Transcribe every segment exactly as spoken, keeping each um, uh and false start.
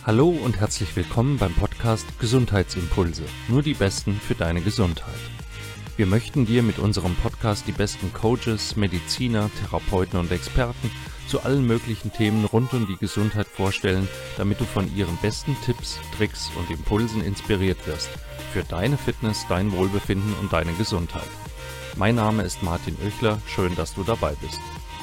Hallo und herzlich willkommen beim Podcast Gesundheitsimpulse, nur die Besten für deine Gesundheit. Wir möchten dir mit unserem Podcast die besten Coaches, Mediziner, Therapeuten und Experten zu allen möglichen Themen rund um die Gesundheit vorstellen, damit du von ihren besten Tipps, Tricks und Impulsen inspiriert wirst für deine Fitness, dein Wohlbefinden und deine Gesundheit. Mein Name ist Martin Oechler, schön, dass du dabei bist.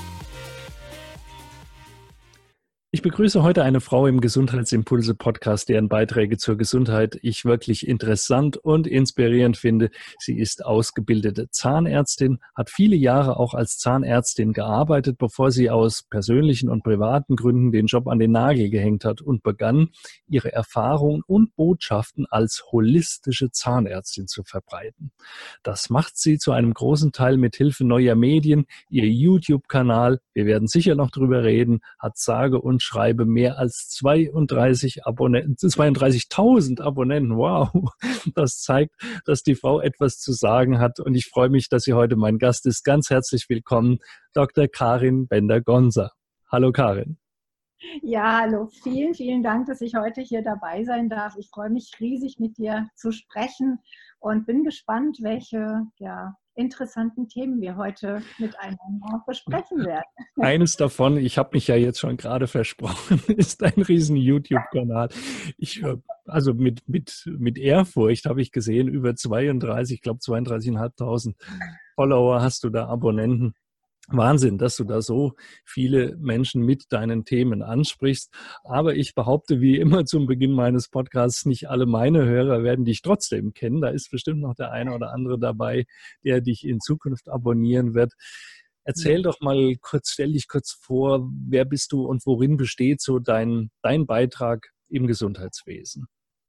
Ich begrüße heute eine Frau im Gesundheitsimpulse-Podcast, deren Beiträge zur Gesundheit ich wirklich interessant und inspirierend finde. Sie ist ausgebildete Zahnärztin, hat viele Jahre auch als Zahnärztin gearbeitet, bevor sie aus persönlichen und privaten Gründen den Job an den Nagel gehängt hat und begann, ihre Erfahrungen und Botschaften als holistische Zahnärztin zu verbreiten. Das macht sie zu einem großen Teil mit Hilfe neuer Medien. Ihr YouTube-Kanal, wir werden sicher noch drüber reden, hat sage und schreibe mehr als zweiunddreißig Abonnenten, zweiunddreißigtausend Abonnenten. Wow, das zeigt, dass die Frau etwas zu sagen hat. Und ich freue mich, dass sie heute mein Gast ist. Ganz herzlich willkommen, Doktor Karin Bender-Gonser. Hallo Karin. Ja, hallo. Vielen, vielen Dank, dass ich heute hier dabei sein darf. Ich freue mich riesig, mit dir zu sprechen und bin gespannt, welche ja, interessanten Themen wir heute miteinander besprechen werden. Eines davon, ich habe mich ja jetzt schon gerade versprochen, ist ein riesen YouTube-Kanal. Ich, also mit, mit, mit Ehrfurcht habe ich gesehen, über zweiunddreißig, ich glaube zweiunddreißigtausendfünfhundert Follower hast du da, Abonnenten. Wahnsinn, dass du da so viele Menschen mit deinen Themen ansprichst. Aber ich behaupte, wie immer zum Beginn meines Podcasts, nicht alle meine Hörer werden dich trotzdem kennen. Da ist bestimmt noch der eine oder andere dabei, der dich in Zukunft abonnieren wird. Erzähl doch mal kurz, stell dich kurz vor, wer bist du und worin besteht so dein, dein Beitrag im Gesundheitswesen?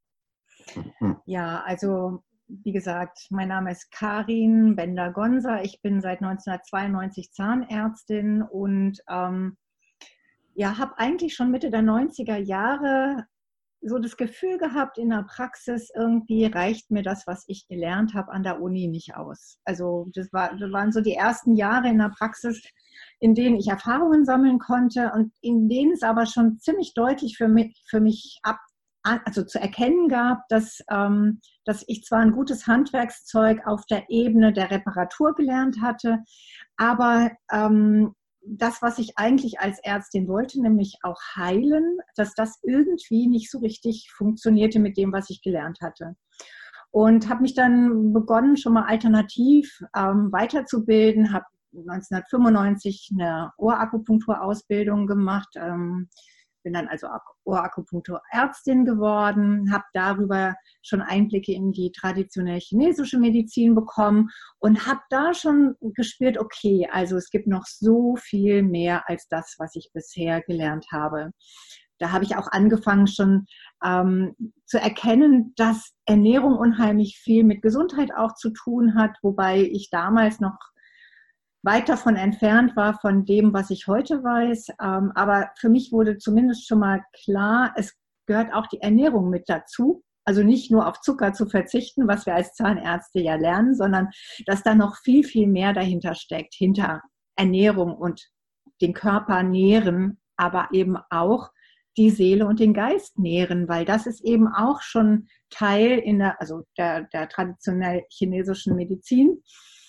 Ja, also wie gesagt, mein Name ist Karin Bender-Gonser. Ich bin seit neunzehnhundertzweiundneunzig Zahnärztin und ähm, ja, habe eigentlich schon Mitte der neunziger Jahre so das Gefühl gehabt, in der Praxis irgendwie reicht mir das, was ich gelernt habe, an der Uni nicht aus. Also das, war, das waren so die ersten Jahre in der Praxis, in denen ich Erfahrungen sammeln konnte und in denen es aber schon ziemlich deutlich für mich, für mich ab also zu erkennen gab, dass, ähm, dass ich zwar ein gutes Handwerkszeug auf der Ebene der Reparatur gelernt hatte, aber ähm, das, was ich eigentlich als Ärztin wollte, nämlich auch heilen, dass das irgendwie nicht so richtig funktionierte mit dem, was ich gelernt hatte. Und habe mich dann begonnen, schon mal alternativ ähm, weiterzubilden, habe neunzehnhundertfünfundneunzig eine Ohrakupunkturausbildung gemacht, ähm, bin dann also Ohrakupunkturärztin geworden, habe darüber schon Einblicke in die traditionelle chinesische Medizin bekommen und habe da schon gespürt, okay, also es gibt noch so viel mehr als das, was ich bisher gelernt habe. Da habe ich auch angefangen schon ähm, zu erkennen, dass Ernährung unheimlich viel mit Gesundheit auch zu tun hat, wobei ich damals noch weit davon entfernt war von dem, was ich heute weiß. Aber für mich wurde zumindest schon mal klar, es gehört auch die Ernährung mit dazu. Also nicht nur auf Zucker zu verzichten, was wir als Zahnärzte ja lernen, sondern dass da noch viel, viel mehr dahinter steckt, hinter Ernährung und den Körper nähren, aber eben auch die Seele und den Geist nähren, weil das ist eben auch schon Teil in der, also der, der traditionell chinesischen Medizin.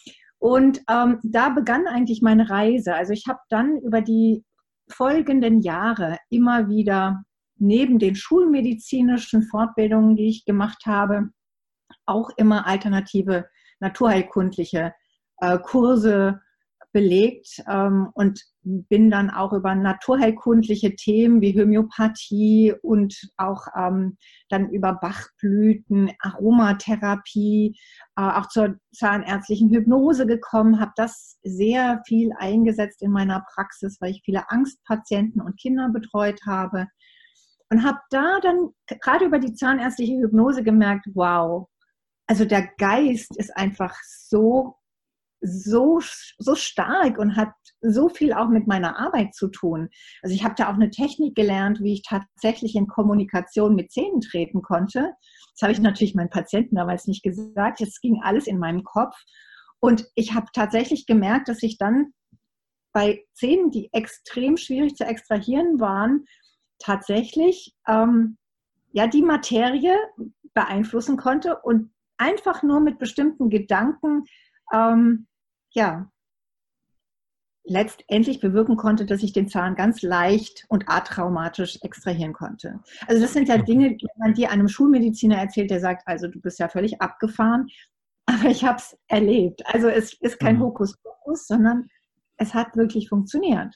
Und ähm, da begann eigentlich meine Reise. Also ich habe dann über die folgenden Jahre immer wieder neben den schulmedizinischen Fortbildungen, die ich gemacht habe, auch immer alternative naturheilkundliche äh, Kurse belegt ähm, und bin dann auch über naturheilkundliche Themen wie Homöopathie und auch ähm, dann über Bachblüten, Aromatherapie, äh, auch zur zahnärztlichen Hypnose gekommen, habe das sehr viel eingesetzt in meiner Praxis, weil ich viele Angstpatienten und Kinder betreut habe und habe da dann gerade über die zahnärztliche Hypnose gemerkt, wow, also der Geist ist einfach so so, so stark und hat so viel auch mit meiner Arbeit zu tun. Also ich habe da auch eine Technik gelernt, wie ich tatsächlich in Kommunikation mit Zähnen treten konnte. Das habe ich natürlich meinen Patienten damals nicht gesagt. Es ging alles in meinem Kopf. Und ich habe tatsächlich gemerkt, dass ich dann bei Zähnen, die extrem schwierig zu extrahieren waren, tatsächlich ähm, ja, die Materie beeinflussen konnte und einfach nur mit bestimmten Gedanken ähm, ja, letztendlich bewirken konnte, dass ich den Zahn ganz leicht und atraumatisch extrahieren konnte. Also das sind ja Dinge, die man dir einem Schulmediziner erzählt, der sagt, also du bist ja völlig abgefahren, aber ich habe es erlebt. Also es ist kein Hokuspokus, sondern es hat wirklich funktioniert.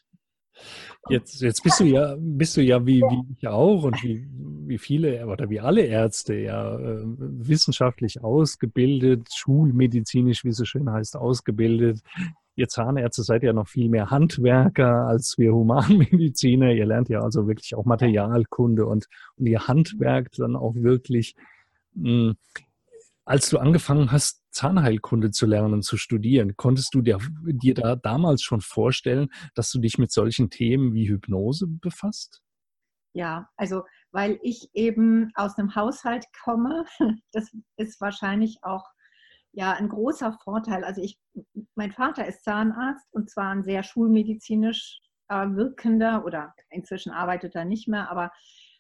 Jetzt, jetzt bist du ja, bist du ja wie, wie ich auch und wie, wie viele oder wie alle Ärzte ja äh, wissenschaftlich ausgebildet, schulmedizinisch, wie es so schön heißt, ausgebildet. Ihr Zahnärzte seid ja noch viel mehr Handwerker als wir Humanmediziner. Ihr lernt ja also wirklich auch Materialkunde und, und ihr Handwerk dann auch wirklich. Mh, als du angefangen hast, Zahnheilkunde zu lernen, zu studieren, konntest du dir, dir da damals schon vorstellen, dass du dich mit solchen Themen wie Hypnose befasst? Ja, also weil ich eben aus einem Haushalt komme, das ist wahrscheinlich auch ja ein großer Vorteil. Also ich, mein Vater ist Zahnarzt und zwar ein sehr schulmedizinisch äh, wirkender oder inzwischen arbeitet er nicht mehr, aber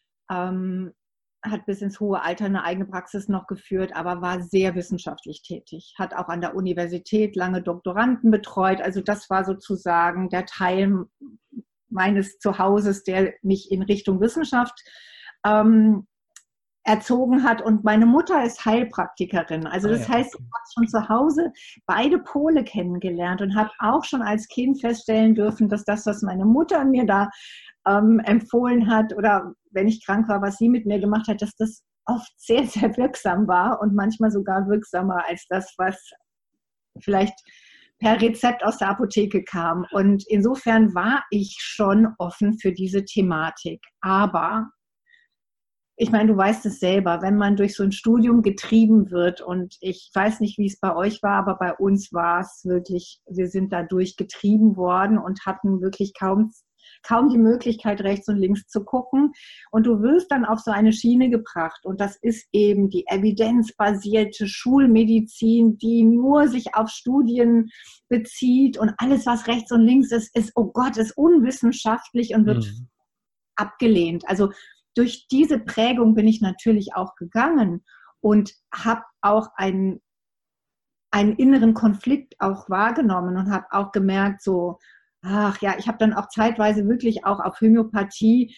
ähm, hat bis ins hohe Alter eine eigene Praxis noch geführt, aber war sehr wissenschaftlich tätig. Hat auch an der Universität lange Doktoranden betreut. Also das war sozusagen der Teil meines Zuhauses, der mich in Richtung Wissenschaft ähm, erzogen hat. Und meine Mutter ist Heilpraktikerin. Also das Ah, ja. heißt, ich habe schon zu Hause beide Pole kennengelernt und habe auch schon als Kind feststellen dürfen, dass das, was meine Mutter mir da ähm, empfohlen hat oder wenn ich krank war, was sie mit mir gemacht hat, dass das oft sehr, sehr wirksam war und manchmal sogar wirksamer als das, was vielleicht per Rezept aus der Apotheke kam. Und insofern war ich schon offen für diese Thematik. Aber ich meine, du weißt es selber, wenn man durch so ein Studium getrieben wird und ich weiß nicht, wie es bei euch war, aber bei uns war es wirklich, wir sind dadurch getrieben worden und hatten wirklich kaum, kaum die Möglichkeit, rechts und links zu gucken. Und du wirst dann auf so eine Schiene gebracht und das ist eben die evidenzbasierte Schulmedizin, die nur sich auf Studien bezieht und alles, was rechts und links ist, ist, oh Gott, ist unwissenschaftlich und wird mhm. abgelehnt. Also durch diese Prägung bin ich natürlich auch gegangen und habe auch einen, einen inneren Konflikt auch wahrgenommen und habe auch gemerkt, so, ach ja, ich habe dann auch zeitweise wirklich auch auf Homöopathie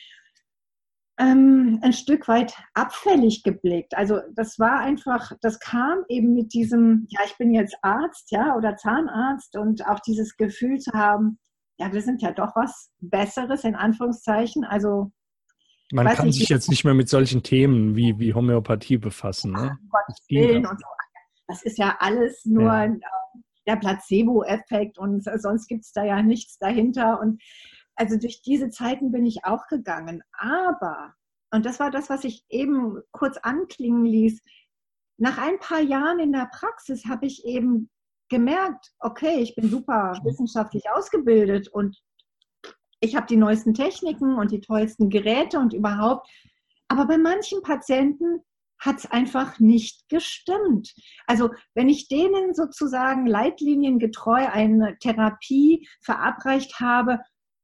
ähm, ein Stück weit abfällig geblickt. Also das war einfach, das kam eben mit diesem, ja, ich bin jetzt Arzt, ja, oder Zahnarzt und auch dieses Gefühl zu haben, ja, wir sind ja doch was Besseres, in Anführungszeichen, also man kann nicht, sich jetzt nicht mehr mit solchen Themen wie, wie Homöopathie befassen. Ne? Um Gottes Willen und so. Das ist ja alles nur ja. der Placebo-Effekt und sonst gibt es da ja nichts dahinter. Und also durch diese Zeiten bin ich auch gegangen. Aber, und das war das, was ich eben kurz anklingen ließ, nach ein paar Jahren in der Praxis habe ich eben gemerkt, okay, ich bin super wissenschaftlich ausgebildet und ich habe die neuesten Techniken und die tollsten Geräte und überhaupt. Aber bei manchen Patienten hat es einfach nicht gestimmt. Also wenn ich denen sozusagen leitliniengetreu eine Therapie verabreicht habe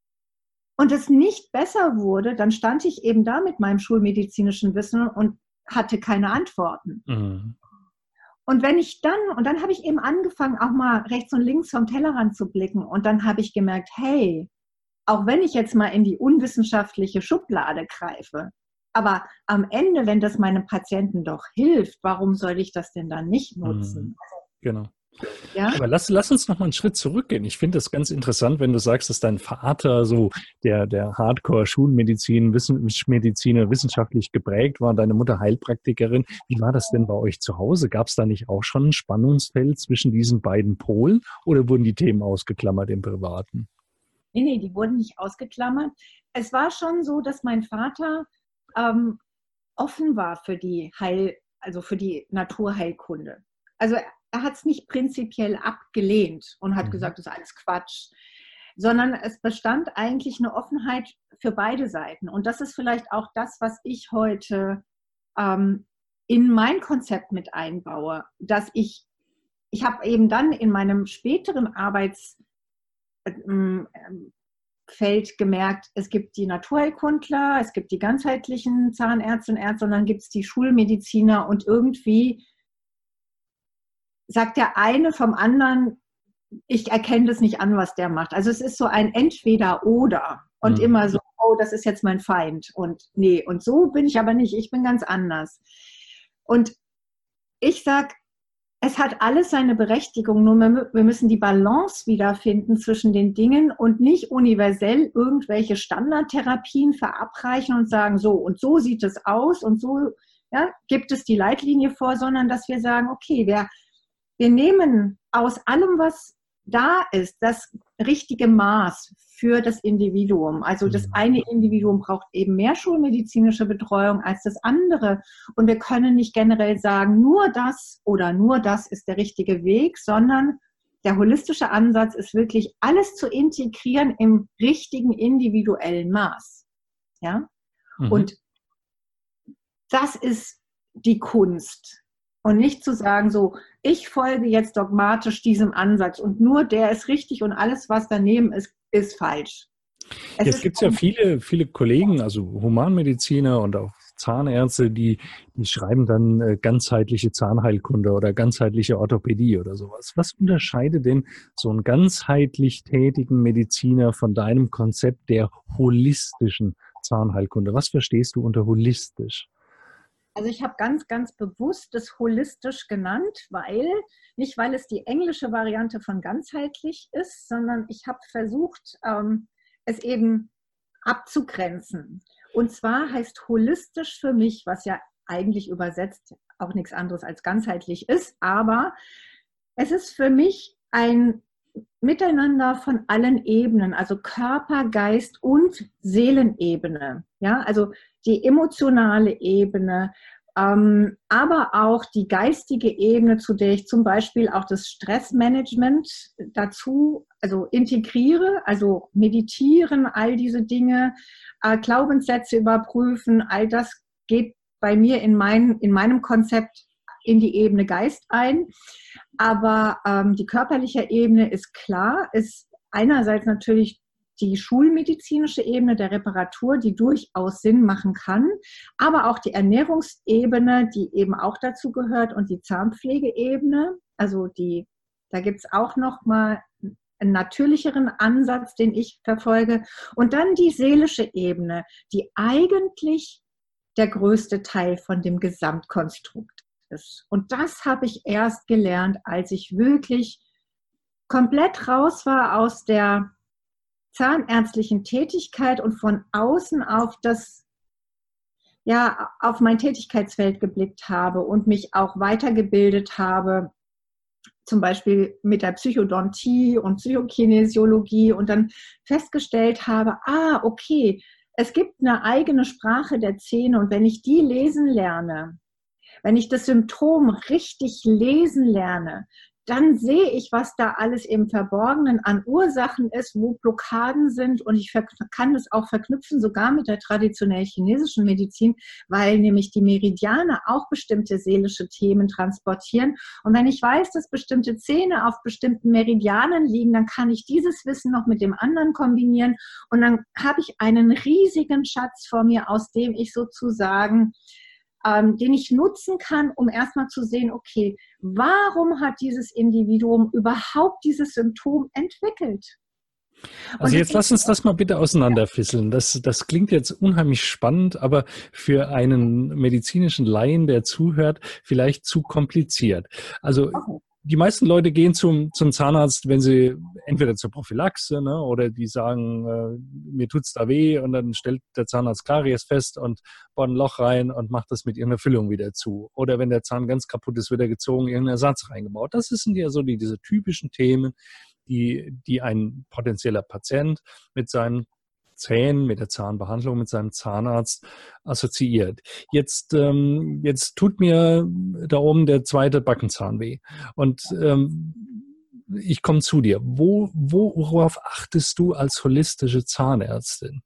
und es nicht besser wurde, dann stand ich eben da mit meinem schulmedizinischen Wissen und hatte keine Antworten. Mhm. Und wenn ich dann, und dann habe ich eben angefangen, auch mal rechts und links vom Tellerrand zu blicken und dann habe ich gemerkt, hey, auch wenn ich jetzt mal in die unwissenschaftliche Schublade greife, aber am Ende, wenn das meinem Patienten doch hilft, warum soll ich das denn dann nicht nutzen? Genau. Ja? Aber lass, lass uns noch mal einen Schritt zurückgehen. Ich finde das ganz interessant, wenn du sagst, dass dein Vater so der, der Hardcore-Schulmedizin, Wissen, Mediziner wissenschaftlich geprägt war, deine Mutter Heilpraktikerin. Wie war das denn bei euch zu Hause? Gab es da nicht auch schon ein Spannungsfeld zwischen diesen beiden Polen oder wurden die Themen ausgeklammert im Privaten? Nee, nee, die wurden nicht ausgeklammert. Es war schon so, dass mein Vater ähm, offen war für die Heil, also für die Naturheilkunde. Also er, er hat es nicht prinzipiell abgelehnt und hat mhm. gesagt, das ist alles Quatsch, sondern es bestand eigentlich eine Offenheit für beide Seiten. Und das ist vielleicht auch das, was ich heute ähm, in mein Konzept mit einbaue, dass ich, ich habe eben dann in meinem späteren Arbeits Feld gemerkt, es gibt die Naturheilkundler, es gibt die ganzheitlichen Zahnärztinnen und Ärzte und dann gibt es die Schulmediziner und irgendwie sagt der eine vom anderen, ich erkenne das nicht an, was der macht. Also es ist so ein Entweder-Oder und mhm. immer so, oh, das ist jetzt mein Feind und nee, und so bin ich aber nicht, ich bin ganz anders. Und ich sage, es hat alles seine Berechtigung, nur wir müssen die Balance wiederfinden zwischen den Dingen und nicht universell irgendwelche Standardtherapien verabreichen und sagen, so und so sieht es aus und so ja, gibt es die Leitlinie vor, sondern dass wir sagen, okay, wir, wir nehmen aus allem, was da ist, das richtige Maß für das Individuum. Also das eine Individuum braucht eben mehr schulmedizinische Betreuung als das andere. Und wir können nicht generell sagen, nur das oder nur das ist der richtige Weg, sondern der holistische Ansatz ist wirklich alles zu integrieren im richtigen individuellen Maß. Ja? Mhm. Und das ist die Kunst. Und nicht zu sagen, so, ich folge jetzt dogmatisch diesem Ansatz und nur der ist richtig und alles, was daneben ist, ist falsch. Es Jetzt gibt es ja viele, viele Kollegen, also Humanmediziner und auch Zahnärzte, die, die schreiben dann äh, ganzheitliche Zahnheilkunde oder ganzheitliche Orthopädie oder sowas. Was unterscheidet denn so einen ganzheitlich tätigen Mediziner von deinem Konzept der holistischen Zahnheilkunde? Was verstehst du unter holistisch? Also ich habe ganz, ganz bewusst das holistisch genannt, weil, nicht weil es die englische Variante von ganzheitlich ist, sondern ich habe versucht, ähm, es eben abzugrenzen. Und zwar heißt holistisch für mich, was ja eigentlich übersetzt auch nichts anderes als ganzheitlich ist, aber es ist für mich ein Miteinander von allen Ebenen, also Körper, Geist und Seelenebene. Ja, also die emotionale Ebene, ähm, aber auch die geistige Ebene, zu der ich zum Beispiel auch das Stressmanagement dazu, also integriere, also meditieren, all diese Dinge, äh, Glaubenssätze überprüfen, all das geht bei mir in, mein, in meinem Konzept in die Ebene Geist ein. Aber ähm, die körperliche Ebene ist klar, ist einerseits natürlich die schulmedizinische Ebene der Reparatur, die durchaus Sinn machen kann, aber auch die Ernährungsebene, die eben auch dazu gehört und die Zahnpflegeebene, also die, da gibt es auch noch mal einen natürlicheren Ansatz, den ich verfolge. Und dann die seelische Ebene, die eigentlich der größte Teil von dem Gesamtkonstrukt ist. Und das habe ich erst gelernt, als ich wirklich komplett raus war aus der zahnärztlichen Tätigkeit und von außen auf das, ja, auf mein Tätigkeitsfeld geblickt habe und mich auch weitergebildet habe, zum Beispiel mit der Psychodontie und Psychokinesiologie und dann festgestellt habe, ah, okay, es gibt eine eigene Sprache der Zähne und wenn ich die lesen lerne, wenn ich das Symptom richtig lesen lerne, dann sehe ich, was da alles im Verborgenen an Ursachen ist, wo Blockaden sind und ich kann das auch verknüpfen, sogar mit der traditionell chinesischen Medizin, weil nämlich die Meridiane auch bestimmte seelische Themen transportieren und wenn ich weiß, dass bestimmte Zähne auf bestimmten Meridianen liegen, dann kann ich dieses Wissen noch mit dem anderen kombinieren und dann habe ich einen riesigen Schatz vor mir, aus dem ich sozusagen Ähm, den ich nutzen kann, um erstmal zu sehen, okay, warum hat dieses Individuum überhaupt dieses Symptom entwickelt? Also jetzt lass uns das mal bitte auseinanderfisseln. Das, das klingt jetzt unheimlich spannend, aber für einen medizinischen Laien, der zuhört, vielleicht zu kompliziert. Also okay. Die meisten Leute gehen zum, zum Zahnarzt, wenn sie entweder zur Prophylaxe, ne, oder die sagen, äh, mir tut's da weh und dann stellt der Zahnarzt Karies fest und bohrt ein Loch rein und macht das mit irgendeiner Füllung wieder zu. Oder wenn der Zahn ganz kaputt ist, wird er gezogen, irgendein Ersatz reingebaut. Das sind ja so die, diese typischen Themen, die, die ein potenzieller Patient mit seinen Zähnen, mit der Zahnbehandlung, mit seinem Zahnarzt assoziiert. Jetzt, ähm, jetzt tut mir da oben der zweite Backenzahn weh. Und ähm, ich komme zu dir. Wo, wo, worauf achtest du als holistische Zahnärztin?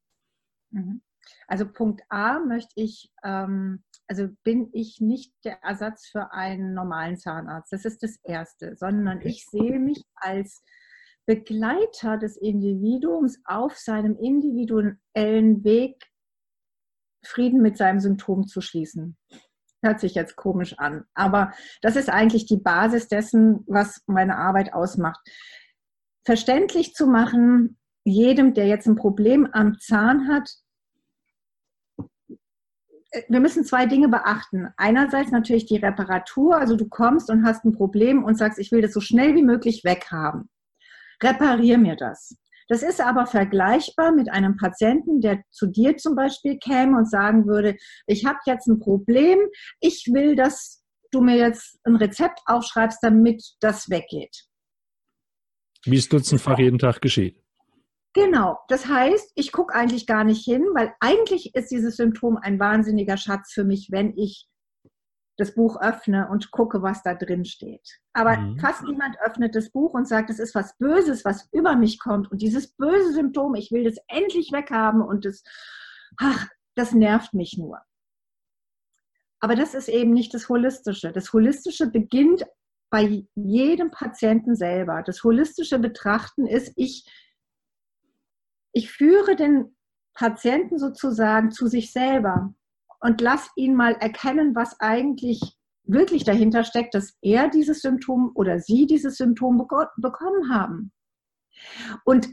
Also Punkt A möchte ich, ähm, also bin ich nicht der Ersatz für einen normalen Zahnarzt. Das ist das Erste, sondern okay. Ich sehe mich als Begleiter des Individuums auf seinem individuellen Weg, Frieden mit seinem Symptom zu schließen. Hört sich jetzt komisch an, aber das ist eigentlich die Basis dessen, was meine Arbeit ausmacht. Verständlich zu machen, jedem, der jetzt ein Problem am Zahn hat, wir müssen zwei Dinge beachten. Einerseits natürlich die Reparatur, also du kommst und hast ein Problem und sagst, ich will das so schnell wie möglich weghaben. Reparier mir das. Das ist aber vergleichbar mit einem Patienten, der zu dir zum Beispiel käme und sagen würde, ich habe jetzt ein Problem, ich will, dass du mir jetzt ein Rezept aufschreibst, damit das weggeht. Wie es dutzendfach jeden Tag geschieht. Genau, das heißt, ich gucke eigentlich gar nicht hin, weil eigentlich ist dieses Symptom ein wahnsinniger Schatz für mich, wenn ich das Buch öffne und gucke, was da drin steht. Aber mhm. fast niemand öffnet das Buch und sagt, das ist was Böses, was über mich kommt und dieses böse Symptom, ich will das endlich weghaben und das, ach, das nervt mich nur. Aber das ist eben nicht das Holistische. Das Holistische beginnt bei jedem Patienten selber. Das holistische Betrachten ist, ich Ich führe den Patienten sozusagen zu sich selber und lass ihn mal erkennen, was eigentlich wirklich dahinter steckt, dass er dieses Symptom oder sie dieses Symptom bekommen haben. Und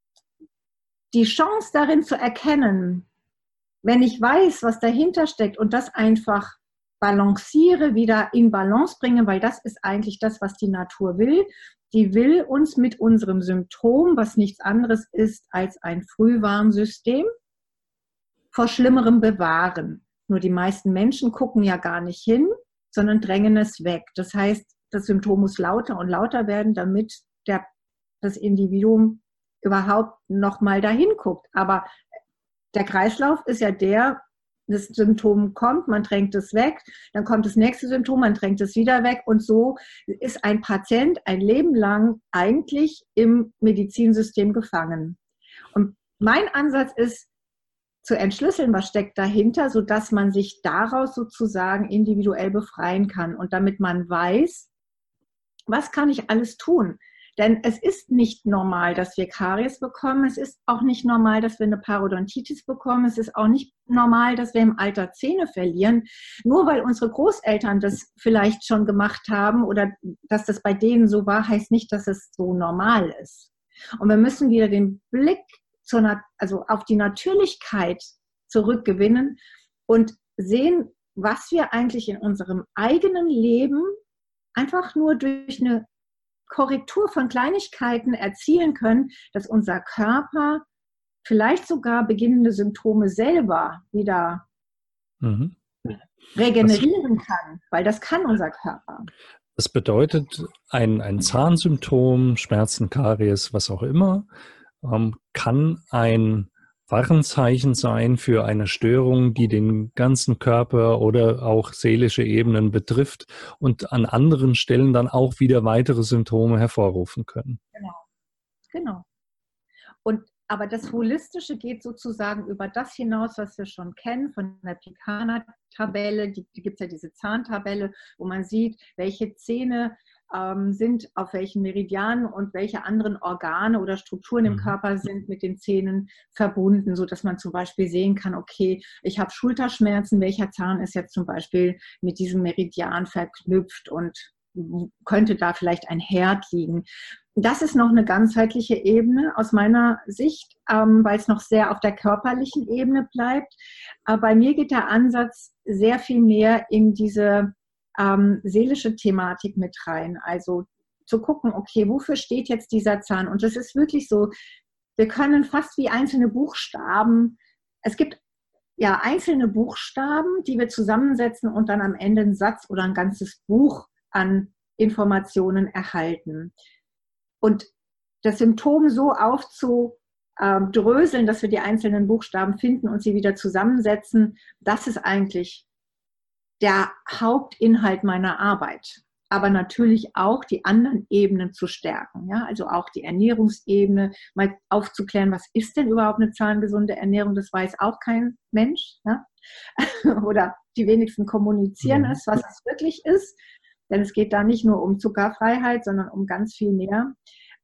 die Chance darin zu erkennen, wenn ich weiß, was dahinter steckt und das einfach balanciere, wieder in Balance bringe, weil das ist eigentlich das, was die Natur will. Die will uns mit unserem Symptom, was nichts anderes ist als ein Frühwarnsystem, vor Schlimmerem bewahren. Nur die meisten Menschen gucken ja gar nicht hin, sondern drängen es weg. Das heißt, das Symptom muss lauter und lauter werden, damit der, das Individuum überhaupt noch mal dahin guckt. Aber der Kreislauf ist ja der, das Symptom kommt, man drängt es weg, dann kommt das nächste Symptom, man drängt es wieder weg und so ist ein Patient ein Leben lang eigentlich im Medizinsystem gefangen. Und mein Ansatz ist, zu entschlüsseln, was steckt dahinter, sodass man sich daraus sozusagen individuell befreien kann und damit man weiß, was kann ich alles tun? Denn es ist nicht normal, dass wir Karies bekommen. Es ist auch nicht normal, dass wir eine Parodontitis bekommen. Es ist auch nicht normal, dass wir im Alter Zähne verlieren. Nur weil unsere Großeltern das vielleicht schon gemacht haben oder dass das bei denen so war, heißt nicht, dass es so normal ist. Und wir müssen wieder den Blick zur, also auf die Natürlichkeit zurückgewinnen und sehen, was wir eigentlich in unserem eigenen Leben einfach nur durch eine Korrektur von Kleinigkeiten erzielen können, dass unser Körper vielleicht sogar beginnende Symptome selber wieder mhm. regenerieren das, kann, weil das kann unser Körper. Das bedeutet, ein, ein Zahnsymptom, Schmerzen, Karies, was auch immer, ähm, kann ein Warnzeichen sein für eine Störung, die den ganzen Körper oder auch seelische Ebenen betrifft und an anderen Stellen dann auch wieder weitere Symptome hervorrufen können. Genau, genau. Und, aber das Holistische geht sozusagen über das hinaus, was wir schon kennen von der Picana-Tabelle. Die, die gibt es ja diese Zahntabelle, wo man sieht, welche Zähne ähm, sind auf welchen Meridianen und welche anderen Organe oder Strukturen im Körper sind mit den Zähnen verbunden, sodass man zum Beispiel sehen kann, okay, ich habe Schulterschmerzen, welcher Zahn ist jetzt zum Beispiel mit diesem Meridian verknüpft und könnte da vielleicht ein Herd liegen. Das ist noch eine ganzheitliche Ebene aus meiner Sicht, ähm, weil es noch sehr auf der körperlichen Ebene bleibt. Aber bei mir geht der Ansatz sehr viel mehr in diese ähm, seelische Thematik mit rein. Also zu gucken, okay, wofür steht jetzt dieser Zahn? Und das ist wirklich so, wir können fast wie einzelne Buchstaben, es gibt ja einzelne Buchstaben, die wir zusammensetzen und dann am Ende einen Satz oder ein ganzes Buch an Informationen erhalten. Und das Symptom so aufzudröseln, dass wir die einzelnen Buchstaben finden und sie wieder zusammensetzen, das ist eigentlich der Hauptinhalt meiner Arbeit. Aber natürlich auch die anderen Ebenen zu stärken. Ja? Also auch die Ernährungsebene, mal aufzuklären, was ist denn überhaupt eine zahngesunde Ernährung? Das weiß auch kein Mensch. Ja? Oder die wenigsten kommunizieren mhm. es, was es wirklich ist. Denn es geht da nicht nur um Zuckerfreiheit, sondern um ganz viel mehr.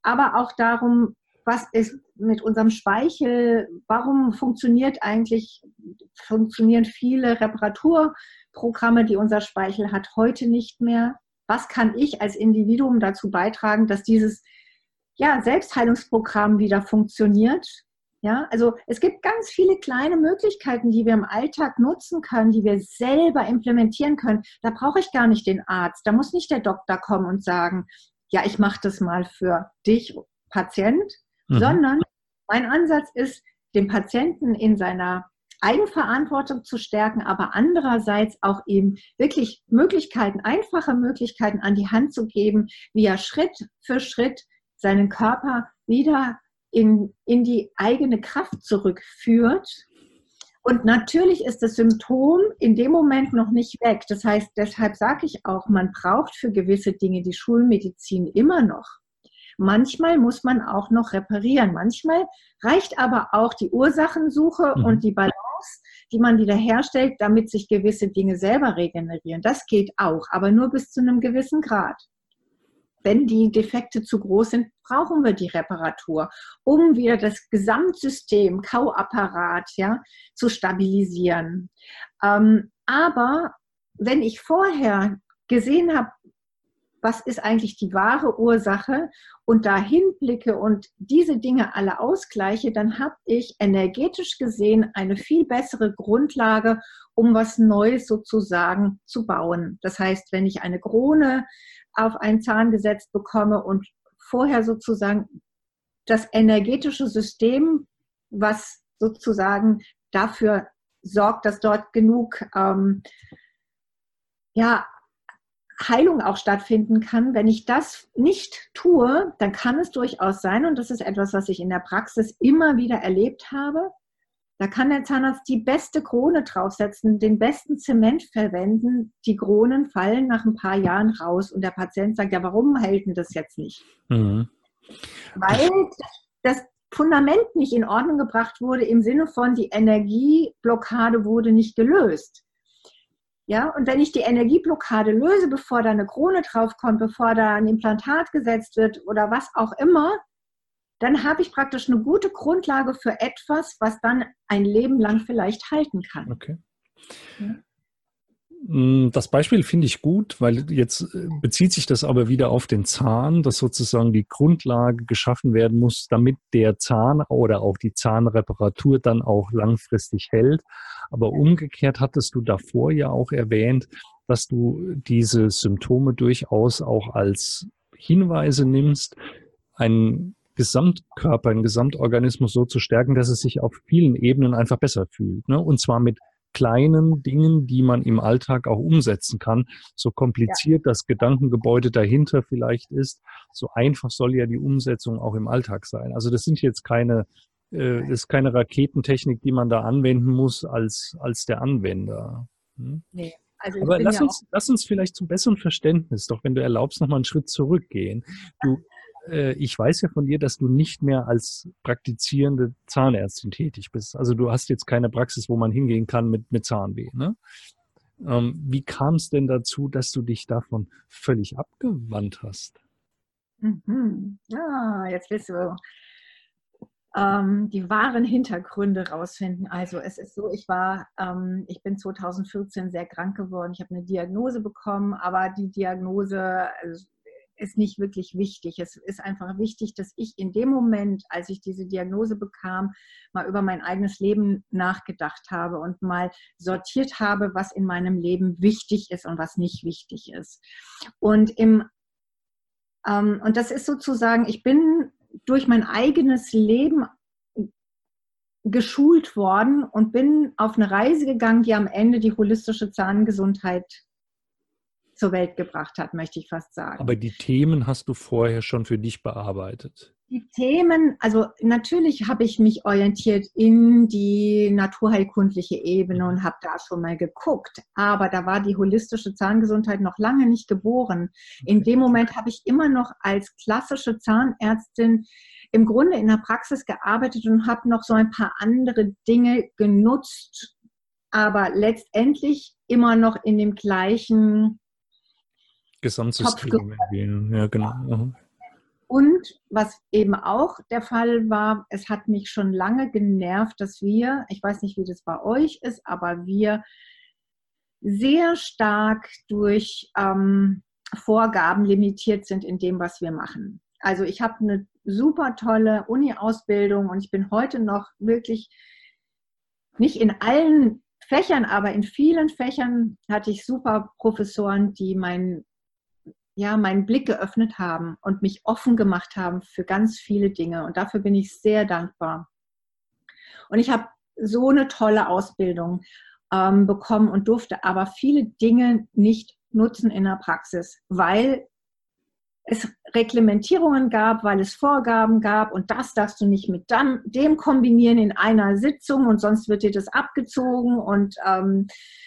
aber auch darum, was ist mit unserem Speichel, warum funktioniert eigentlich, funktionieren viele Reparaturprogramme, die unser Speichel hat, heute nicht mehr? Was kann ich als Individuum dazu beitragen, dass dieses ja, Selbstheilungsprogramm wieder funktioniert? Ja, also es gibt ganz viele kleine Möglichkeiten, die wir im Alltag nutzen können, die wir selber implementieren können. Da brauche ich gar nicht den Arzt. Da muss nicht der Doktor kommen und sagen, ja, ich mache das mal für dich, Patient, mhm. sondern mein Ansatz ist, den Patienten in seiner Eigenverantwortung zu stärken, aber andererseits auch ihm wirklich Möglichkeiten, einfache Möglichkeiten an die Hand zu geben, wie er Schritt für Schritt seinen Körper wieder in, in die eigene Kraft zurückführt. Und natürlich ist das Symptom in dem Moment noch nicht weg. Das heißt, deshalb sage ich auch, man braucht für gewisse Dinge die Schulmedizin immer noch. Manchmal muss man auch noch reparieren. Manchmal reicht aber auch die Ursachensuche mhm. und die Balance, die man wieder herstellt, damit sich gewisse Dinge selber regenerieren. Das geht auch, aber nur bis zu einem gewissen Grad. Wenn die Defekte zu groß sind, brauchen wir die Reparatur, um wieder das Gesamtsystem, Kauapparat, ja, zu stabilisieren. Ähm, aber wenn ich vorher gesehen habe, was ist eigentlich die wahre Ursache und dahin blicke und diese Dinge alle ausgleiche, dann habe ich energetisch gesehen eine viel bessere Grundlage, um was Neues sozusagen zu bauen. Das heißt, wenn ich eine Krone auf einen Zahn gesetzt bekomme und vorher sozusagen das energetische System, was sozusagen dafür sorgt, dass dort genug ähm, ja, Heilung auch stattfinden kann. Wenn ich das nicht tue, dann kann es durchaus sein, und das ist etwas, was ich in der Praxis immer wieder erlebt habe, da kann der Zahnarzt die beste Krone draufsetzen, den besten Zement verwenden, die Kronen fallen nach ein paar Jahren raus und der Patient sagt, ja, warum hält denn das jetzt nicht? Mhm. Weil das Fundament nicht in Ordnung gebracht wurde, im Sinne von, die Energieblockade wurde nicht gelöst. Ja, und wenn ich die Energieblockade löse, bevor da eine Krone draufkommt, bevor da ein Implantat gesetzt wird oder was auch immer, dann habe ich praktisch eine gute Grundlage für etwas, was dann ein Leben lang vielleicht halten kann. Okay. Ja. Das Beispiel finde ich gut, weil jetzt bezieht sich das aber wieder auf den Zahn, dass sozusagen die Grundlage geschaffen werden muss, damit der Zahn oder auch die Zahnreparatur dann auch langfristig hält. Aber umgekehrt hattest du davor ja auch erwähnt, dass du diese Symptome durchaus auch als Hinweise nimmst, einen Gesamtkörper, einen Gesamtorganismus so zu stärken, dass es sich auf vielen Ebenen einfach besser fühlt, ne? Und zwar mit kleinen Dingen, die man im Alltag auch umsetzen kann. So kompliziert ja. das Gedankengebäude dahinter vielleicht ist, so einfach soll ja die Umsetzung auch im Alltag sein. Also das sind jetzt keine, äh, das ist keine Raketentechnik, die man da anwenden muss als, als der Anwender. Hm? Nee. Also Aber lass, ja uns, lass uns vielleicht zum besseren Verständnis, doch wenn du erlaubst, nochmal einen Schritt zurückgehen. Du Ich weiß ja von dir, dass du nicht mehr als praktizierende Zahnärztin tätig bist. Also du hast jetzt keine Praxis, wo man hingehen kann mit, mit Zahnweh, ne? Ähm, wie kam es denn dazu, dass du dich davon völlig abgewandt hast? Mhm. Ja, jetzt willst du ähm, die wahren Hintergründe rausfinden. Also es ist so, ich war, ähm, ich bin zweitausendvierzehn sehr krank geworden. Ich habe eine Diagnose bekommen, aber die Diagnose, also, ist nicht wirklich wichtig. Es ist einfach wichtig, dass ich in dem Moment, als ich diese Diagnose bekam, mal über mein eigenes Leben nachgedacht habe und mal sortiert habe, was in meinem Leben wichtig ist und was nicht wichtig ist. Und, im, ähm, und das ist sozusagen, ich bin durch mein eigenes Leben geschult worden und bin auf eine Reise gegangen, die am Ende die holistische Zahngesundheit zur Welt gebracht hat, möchte ich fast sagen. Aber die Themen hast du vorher schon für dich bearbeitet? Die Themen, also natürlich habe ich mich orientiert in die naturheilkundliche Ebene und habe da schon mal geguckt, aber da war die holistische Zahngesundheit noch lange nicht geboren. In dem Moment habe ich immer noch als klassische Zahnärztin im Grunde in der Praxis gearbeitet und habe noch so ein paar andere Dinge genutzt, aber letztendlich immer noch in dem gleichen Gesamtsystem. Ja, genau. Und was eben auch der Fall war, es hat mich schon lange genervt, dass wir, ich weiß nicht, wie das bei euch ist, aber wir sehr stark durch ähm, Vorgaben limitiert sind in dem, was wir machen. Also ich habe eine super tolle Uni-Ausbildung und ich bin heute noch wirklich nicht in allen Fächern, aber in vielen Fächern hatte ich super Professoren, die mein ja, meinen Blick geöffnet haben und mich offen gemacht haben für ganz viele Dinge. Und dafür bin ich sehr dankbar. Und ich habe so eine tolle Ausbildung ähm, bekommen und durfte aber viele Dinge nicht nutzen in der Praxis, weil es Reglementierungen gab, weil es Vorgaben gab und das darfst du nicht mit dem kombinieren in einer Sitzung und sonst wird dir das abgezogen und ähm,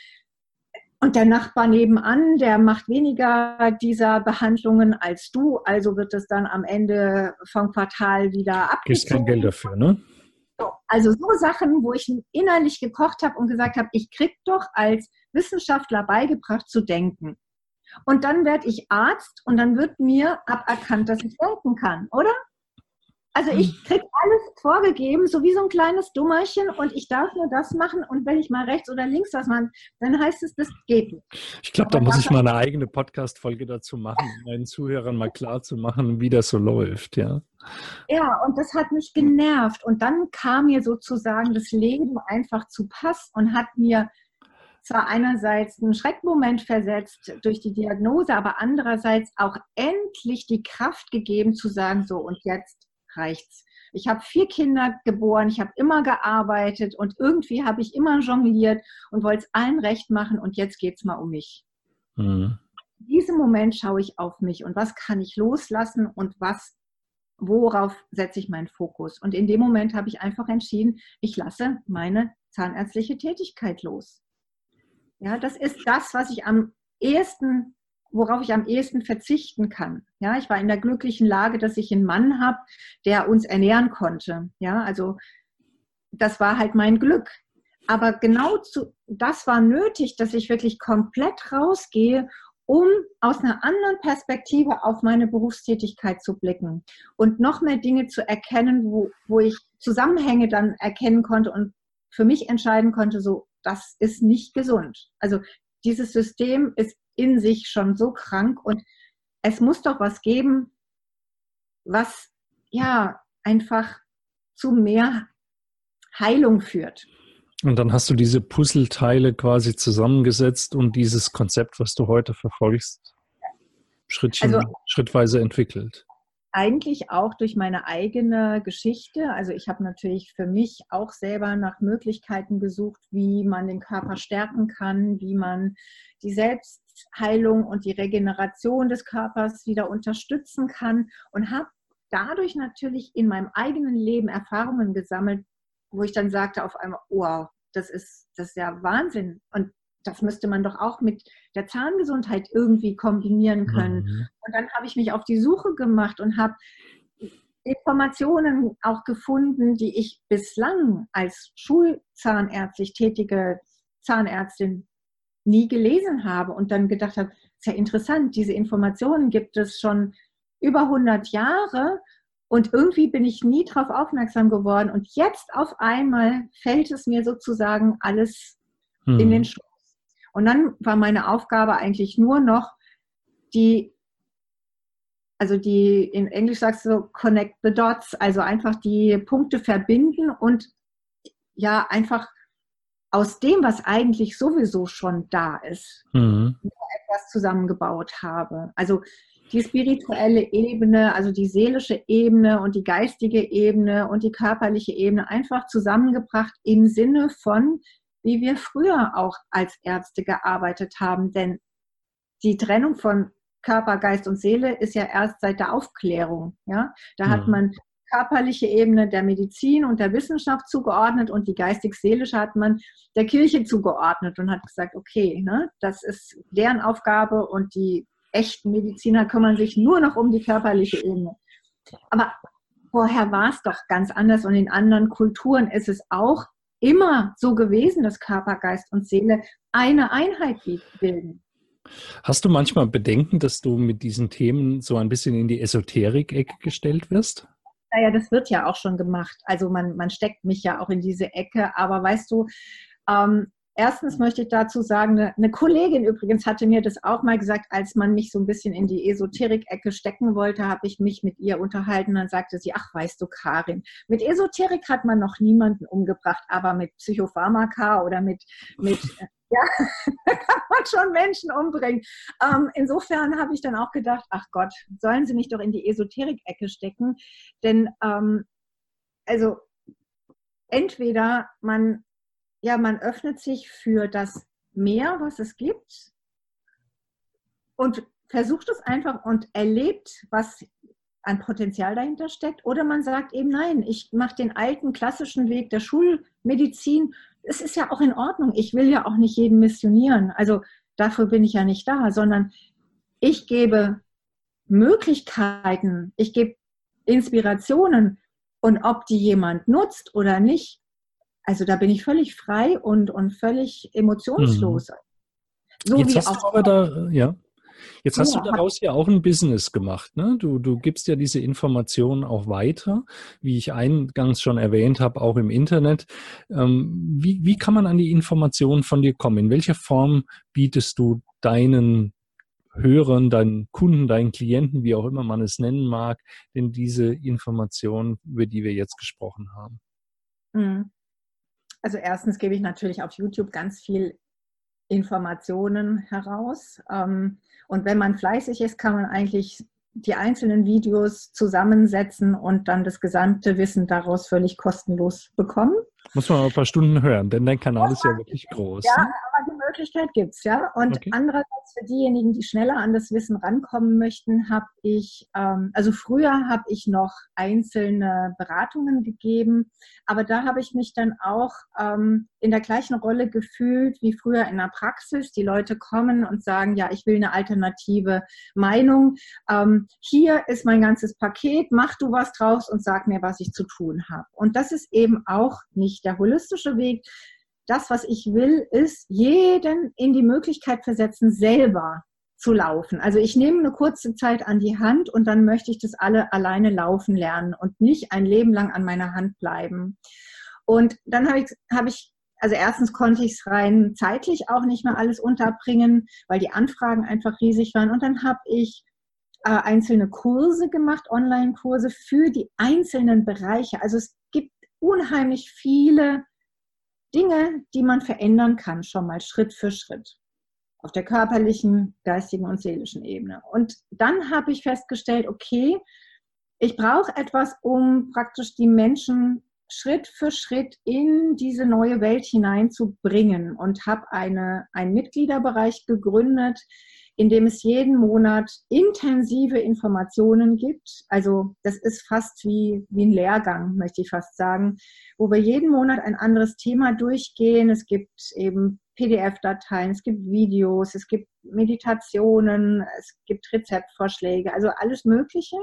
Und der Nachbar nebenan, der macht weniger dieser Behandlungen als du, also wird es dann am Ende vom Quartal wieder abgezogen. Kriegst kein Geld dafür, ne? Also so Sachen, wo ich innerlich gekocht habe und gesagt habe, ich krieg doch als Wissenschaftler beigebracht zu denken. Und dann werde ich Arzt und dann wird mir aberkannt, dass ich denken kann, oder? Also ich kriege alles vorgegeben, so wie so ein kleines Dummerchen und ich darf nur das machen und wenn ich mal rechts oder links was mache, dann heißt es, das geht nicht. Ich glaube, da muss ich mal eine eigene Podcast-Folge dazu machen, um meinen Zuhörern mal klar zu machen, wie das so läuft, ja. Ja, und das hat mich genervt und dann kam mir sozusagen das Leben einfach zu Pass und hat mir zwar einerseits einen Schreckmoment versetzt durch die Diagnose, aber andererseits auch endlich die Kraft gegeben zu sagen, so und jetzt reicht's. Ich habe vier Kinder geboren, ich habe immer gearbeitet und irgendwie habe ich immer jongliert und wollte es allen recht machen und jetzt geht es mal um mich. Mhm. In diesem Moment schaue ich auf mich und was kann ich loslassen und was, worauf setze ich meinen Fokus? Und in dem Moment habe ich einfach entschieden, ich lasse meine zahnärztliche Tätigkeit los. Ja, das ist das, was ich am ehesten worauf ich am ehesten verzichten kann. Ja, ich war in der glücklichen Lage, dass ich einen Mann habe, der uns ernähren konnte. Ja, also das war halt mein Glück. Aber genau zu, das war nötig, dass ich wirklich komplett rausgehe, um aus einer anderen Perspektive auf meine Berufstätigkeit zu blicken und noch mehr Dinge zu erkennen, wo, wo ich Zusammenhänge dann erkennen konnte und für mich entscheiden konnte, so, das ist nicht gesund. Also dieses System ist in sich schon so krank und es muss doch was geben, was ja einfach zu mehr Heilung führt. Und dann hast du diese Puzzleteile quasi zusammengesetzt und dieses Konzept, was du heute verfolgst, Schrittchen, also, schrittweise entwickelt. Eigentlich auch durch meine eigene Geschichte. Also ich habe natürlich für mich auch selber nach Möglichkeiten gesucht, wie man den Körper stärken kann, wie man die Selbstheilung und die Regeneration des Körpers wieder unterstützen kann und habe dadurch natürlich in meinem eigenen Leben Erfahrungen gesammelt, wo ich dann sagte auf einmal, wow, das ist, das ist ja Wahnsinn und das müsste man doch auch mit der Zahngesundheit irgendwie kombinieren können. Mhm. Und dann habe ich mich auf die Suche gemacht und habe Informationen auch gefunden, die ich bislang als schulzahnärztlich tätige Zahnärztin nie gelesen habe und dann gedacht habe, ist ja interessant, diese Informationen gibt es schon über hundert Jahre und irgendwie bin ich nie darauf aufmerksam geworden und jetzt auf einmal fällt es mir sozusagen alles mhm. in den Schoß. Und dann war meine Aufgabe eigentlich nur noch die, also die, in Englisch sagst du so, connect the dots, also einfach die Punkte verbinden und ja, einfach aus dem, was eigentlich sowieso schon da ist, mhm. etwas zusammengebaut habe. Also die spirituelle Ebene, also die seelische Ebene und die geistige Ebene und die körperliche Ebene einfach zusammengebracht im Sinne von, wie wir früher auch als Ärzte gearbeitet haben. Denn die Trennung von Körper, Geist und Seele ist ja erst seit der Aufklärung. Ja? Da mhm. hat man körperliche Ebene der Medizin und der Wissenschaft zugeordnet und die geistig-seelische hat man der Kirche zugeordnet und hat gesagt, okay, ne, das ist deren Aufgabe und die echten Mediziner kümmern sich nur noch um die körperliche Ebene. Aber vorher war es doch ganz anders und in anderen Kulturen ist es auch immer so gewesen, dass Körper, Geist und Seele eine Einheit bilden. Hast du manchmal Bedenken, dass du mit diesen Themen so ein bisschen in die Esoterik-Ecke gestellt wirst? Naja, das wird ja auch schon gemacht. Also man, man steckt mich ja auch in diese Ecke. Aber weißt du, ähm, erstens möchte ich dazu sagen, eine, eine Kollegin übrigens hatte mir das auch mal gesagt, als man mich so ein bisschen in die Esoterik-Ecke stecken wollte, habe ich mich mit ihr unterhalten. Dann sagte sie, ach, weißt du, Karin, mit Esoterik hat man noch niemanden umgebracht, aber mit Psychopharmaka oder mit, mit ja, da kann man schon Menschen umbringen. Ähm, insofern habe ich dann auch gedacht, ach Gott, sollen sie mich doch in die Esoterik-Ecke stecken? Denn ähm, also entweder man, ja, man öffnet sich für das Meer, was es gibt und versucht es einfach und erlebt, was an Potenzial dahinter steckt. Oder man sagt eben, nein, ich mache den alten klassischen Weg der Schulmedizin. Es ist ja auch in Ordnung. Ich will ja auch nicht jeden missionieren. Also dafür bin ich ja nicht da, sondern ich gebe Möglichkeiten, ich gebe Inspirationen und ob die jemand nutzt oder nicht, also da bin ich völlig frei und, und völlig emotionslos. Mhm. So Jetzt wie hast auch. du aber da, ja, jetzt hast du Ja, daraus ja auch ein Business gemacht, ne? Du, du gibst ja diese Informationen auch weiter, wie ich eingangs schon erwähnt habe, auch im Internet. Ähm, wie, wie kann man an die Informationen von dir kommen? In welcher Form bietest du deinen Hörern, deinen Kunden, deinen Klienten, wie auch immer man es nennen mag, denn diese Informationen, über die wir jetzt gesprochen haben? also erstens gebe ich natürlich auf YouTube ganz viel Informationen heraus. Und wenn man fleißig ist, kann man eigentlich die einzelnen Videos zusammensetzen und dann das gesamte Wissen daraus völlig kostenlos bekommen. Muss man mal ein paar Stunden hören, denn dein Kanal ist ja wirklich groß. Ja, Ne? aber die Möglichkeit gibt es, ja. Und Okay. andererseits für diejenigen, die schneller an das Wissen rankommen möchten, habe ich, ähm, also früher habe ich noch einzelne Beratungen gegeben, aber da habe ich mich dann auch ähm, in der gleichen Rolle gefühlt wie früher in der Praxis. Die Leute kommen und sagen, ja, ich will eine alternative Meinung. Ähm, hier ist mein ganzes Paket, mach du was draus und sag mir, was ich zu tun habe. Und das ist eben auch nicht der holistische Weg. Das, was ich will, ist, jeden in die Möglichkeit versetzen, selber zu laufen. Also ich nehme eine kurze Zeit an die Hand und dann möchte ich das alle alleine laufen lernen und nicht ein Leben lang an meiner Hand bleiben. Und dann habe ich, habe ich, also erstens konnte ich es rein zeitlich auch nicht mehr alles unterbringen, weil die Anfragen einfach riesig waren. Und dann habe ich äh, einzelne Kurse gemacht, Online-Kurse für die einzelnen Bereiche. Also es gibt unheimlich viele Dinge, die man verändern kann, schon mal Schritt für Schritt. Auf der körperlichen, geistigen und seelischen Ebene. Und dann habe ich festgestellt, okay, ich brauche etwas, um praktisch die Menschen Schritt für Schritt in diese neue Welt hineinzubringen und habe eine, einen Mitgliederbereich gegründet, in dem es jeden Monat intensive Informationen gibt. Also das ist fast wie, wie ein Lehrgang, möchte ich fast sagen, wo wir jeden Monat ein anderes Thema durchgehen. Es gibt eben P D F-Dateien, es gibt Videos, es gibt Meditationen, es gibt Rezeptvorschläge, also alles Mögliche.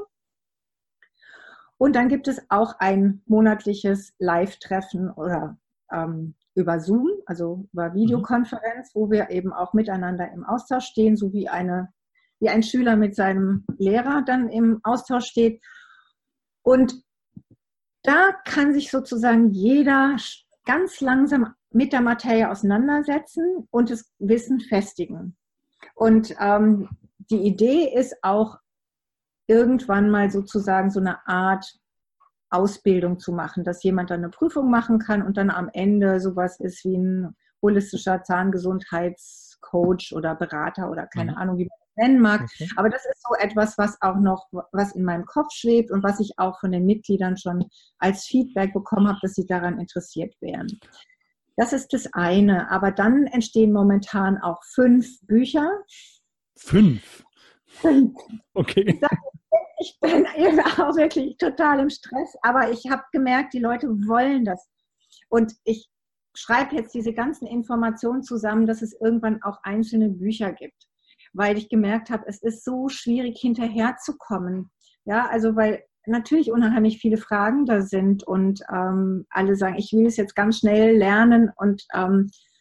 Und dann gibt es auch ein monatliches Live-Treffen oder ähm, über Zoom, also über Videokonferenz, wo wir eben auch miteinander im Austausch stehen, so wie, eine, wie ein Schüler mit seinem Lehrer dann im Austausch steht. Und da kann sich sozusagen jeder ganz langsam mit der Materie auseinandersetzen und das Wissen festigen. Und ähm, die Idee ist auch, irgendwann mal sozusagen so eine Art Ausbildung zu machen, dass jemand dann eine Prüfung machen kann und dann am Ende sowas ist wie ein holistischer Zahngesundheitscoach oder Berater oder keine mhm. Ahnung, wie man das nennen mag. Okay. Aber das ist so etwas, was auch noch, was in meinem Kopf schwebt und was ich auch von den Mitgliedern schon als Feedback bekommen habe, dass sie daran interessiert wären. Das ist das eine. Aber dann entstehen momentan auch fünf Bücher. Fünf? Fünf. Okay. Ich bin auch wirklich total im Stress, aber ich habe gemerkt, die Leute wollen das. Und ich schreibe jetzt diese ganzen Informationen zusammen, dass es irgendwann auch einzelne Bücher gibt, weil ich gemerkt habe, es ist so schwierig, hinterherzukommen. Ja, also weil natürlich unheimlich viele Fragen da sind und ähm, alle sagen, ich will es jetzt ganz schnell lernen und ähm,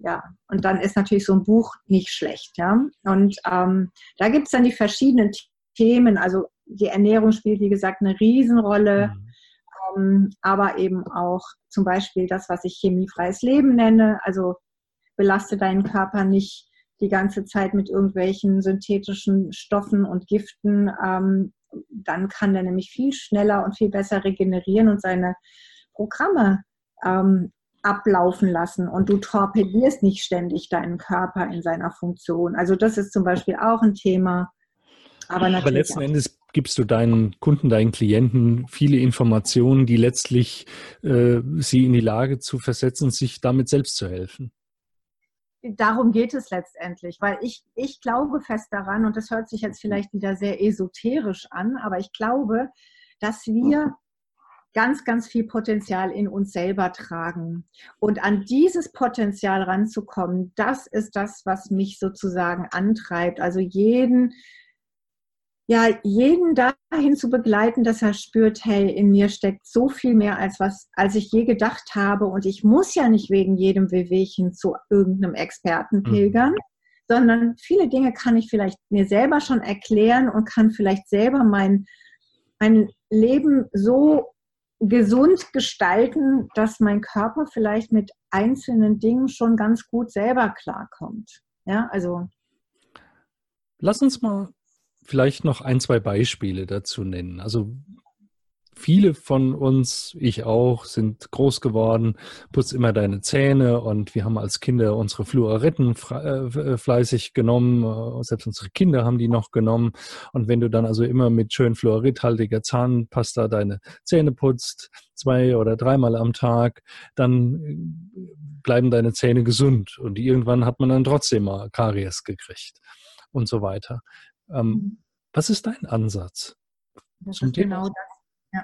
Ja, und dann ist natürlich so ein Buch nicht schlecht. Ja? Und ähm, da gibt es dann die verschiedenen Themen. Also die Ernährung spielt, wie gesagt, eine Riesenrolle. Mhm. Ähm, aber eben auch zum Beispiel das, was ich chemiefreies Leben nenne. Also belaste deinen Körper nicht die ganze Zeit mit irgendwelchen synthetischen Stoffen und Giften. Ähm, dann kann der nämlich viel schneller und viel besser regenerieren und seine Programme ähm, ablaufen lassen. Und du torpedierst nicht ständig deinen Körper in seiner Funktion. Also das ist zum Beispiel auch ein Thema. Aber Aber natürlich letzten auch. Endes gibst du deinen Kunden, deinen Klienten viele Informationen, die letztlich äh, sie in die Lage zu versetzen, sich damit selbst zu helfen. Darum geht es letztendlich, weil ich, ich glaube fest daran, und das hört sich jetzt vielleicht wieder sehr esoterisch an, aber ich glaube, dass wir ganz, ganz viel Potenzial in uns selber tragen. Und an dieses Potenzial ranzukommen, das ist das, was mich sozusagen antreibt. Also jeden, ja, jeden dahin zu begleiten, dass er spürt, hey, in mir steckt so viel mehr, als was, als ich je gedacht habe. Und ich muss ja nicht wegen jedem Wehwehchen zu irgendeinem Experten pilgern, mhm. sondern viele Dinge kann ich vielleicht mir selber schon erklären und kann vielleicht selber mein, mein Leben so gesund gestalten, dass mein Körper vielleicht mit einzelnen Dingen schon ganz gut selber klarkommt. Ja, also. Lass uns mal vielleicht noch ein, zwei Beispiele dazu nennen. Also viele von uns, ich auch, sind groß geworden, putz immer deine Zähne, und wir haben als Kinder unsere Fluoriden fleißig genommen, selbst unsere Kinder haben die noch genommen, und wenn du dann also immer mit schön fluoridhaltiger Zahnpasta deine Zähne putzt, zwei oder dreimal am Tag, dann bleiben deine Zähne gesund, und irgendwann hat man dann trotzdem mal Karies gekriegt und so weiter. Ähm, was ist dein Ansatz Das zum ist Thema? genau das. Ja.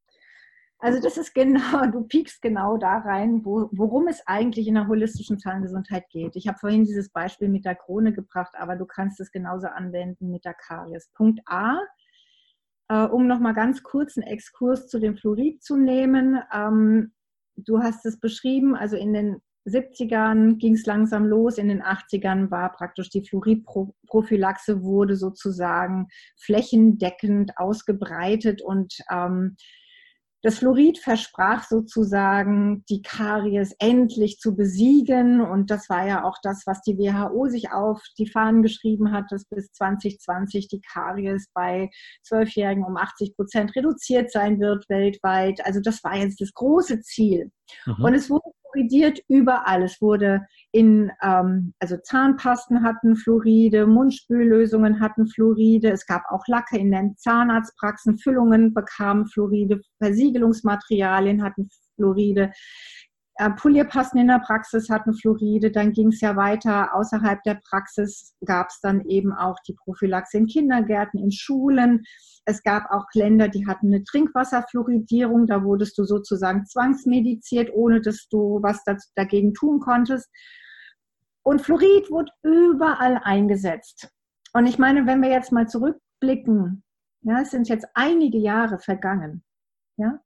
Also das ist genau, du piekst genau da rein, wo, worum es eigentlich in der holistischen Zahngesundheit geht. Ich habe vorhin dieses Beispiel mit der Krone gebracht, aber du kannst es genauso anwenden mit der Karies. Punkt A, äh, um nochmal ganz kurz einen Exkurs zu dem Fluorid zu nehmen. Ähm, du hast es beschrieben, also in den siebzigern ging es langsam los, in den achtzigern war praktisch die Fluoridprophylaxe, wurde sozusagen flächendeckend ausgebreitet, und ähm, das Fluorid versprach sozusagen, die Karies endlich zu besiegen, und das war ja auch das, was die W H O sich auf die Fahnen geschrieben hat, dass bis zwanzig zwanzig die Karies bei Zwölfjährigen um achtzig Prozent reduziert sein wird weltweit. Also das war jetzt das große Ziel. Mhm. Und es wurde fluoridiert überall. Es wurde in, ähm, also Zahnpasten hatten Fluoride, Mundspüllösungen hatten Fluoride, es gab auch Lacke in den Zahnarztpraxen, Füllungen bekamen Fluoride, Versiegelungsmaterialien hatten Fluoride, äh, Polierpasten in der Praxis hatten Fluoride, dann ging es ja weiter, außerhalb der Praxis gab es dann eben auch die Prophylaxe in Kindergärten, in Schulen. Es gab auch Länder, die hatten eine Trinkwasserfluoridierung, da wurdest du sozusagen zwangsmediziert, ohne dass du was dagegen tun konntest. Und Fluorid wurde überall eingesetzt. Und ich meine, wenn wir jetzt mal zurückblicken, ja, es sind jetzt einige Jahre vergangen, ja,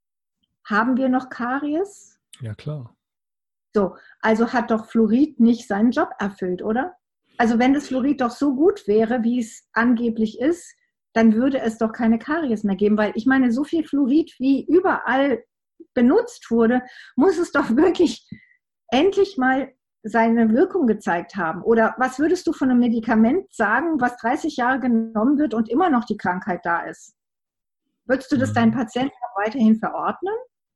haben wir noch Karies? Ja, klar. So, also hat doch Fluorid nicht seinen Job erfüllt, oder? Also wenn das Fluorid doch so gut wäre, wie es angeblich ist, dann würde es doch keine Karies mehr geben, weil ich meine, so viel Fluorid wie überall benutzt wurde, muss es doch wirklich endlich mal seine Wirkung gezeigt haben. Oder was würdest du von einem Medikament sagen, was dreißig Jahre genommen wird und immer noch die Krankheit da ist? Würdest du das deinen Patienten weiterhin verordnen?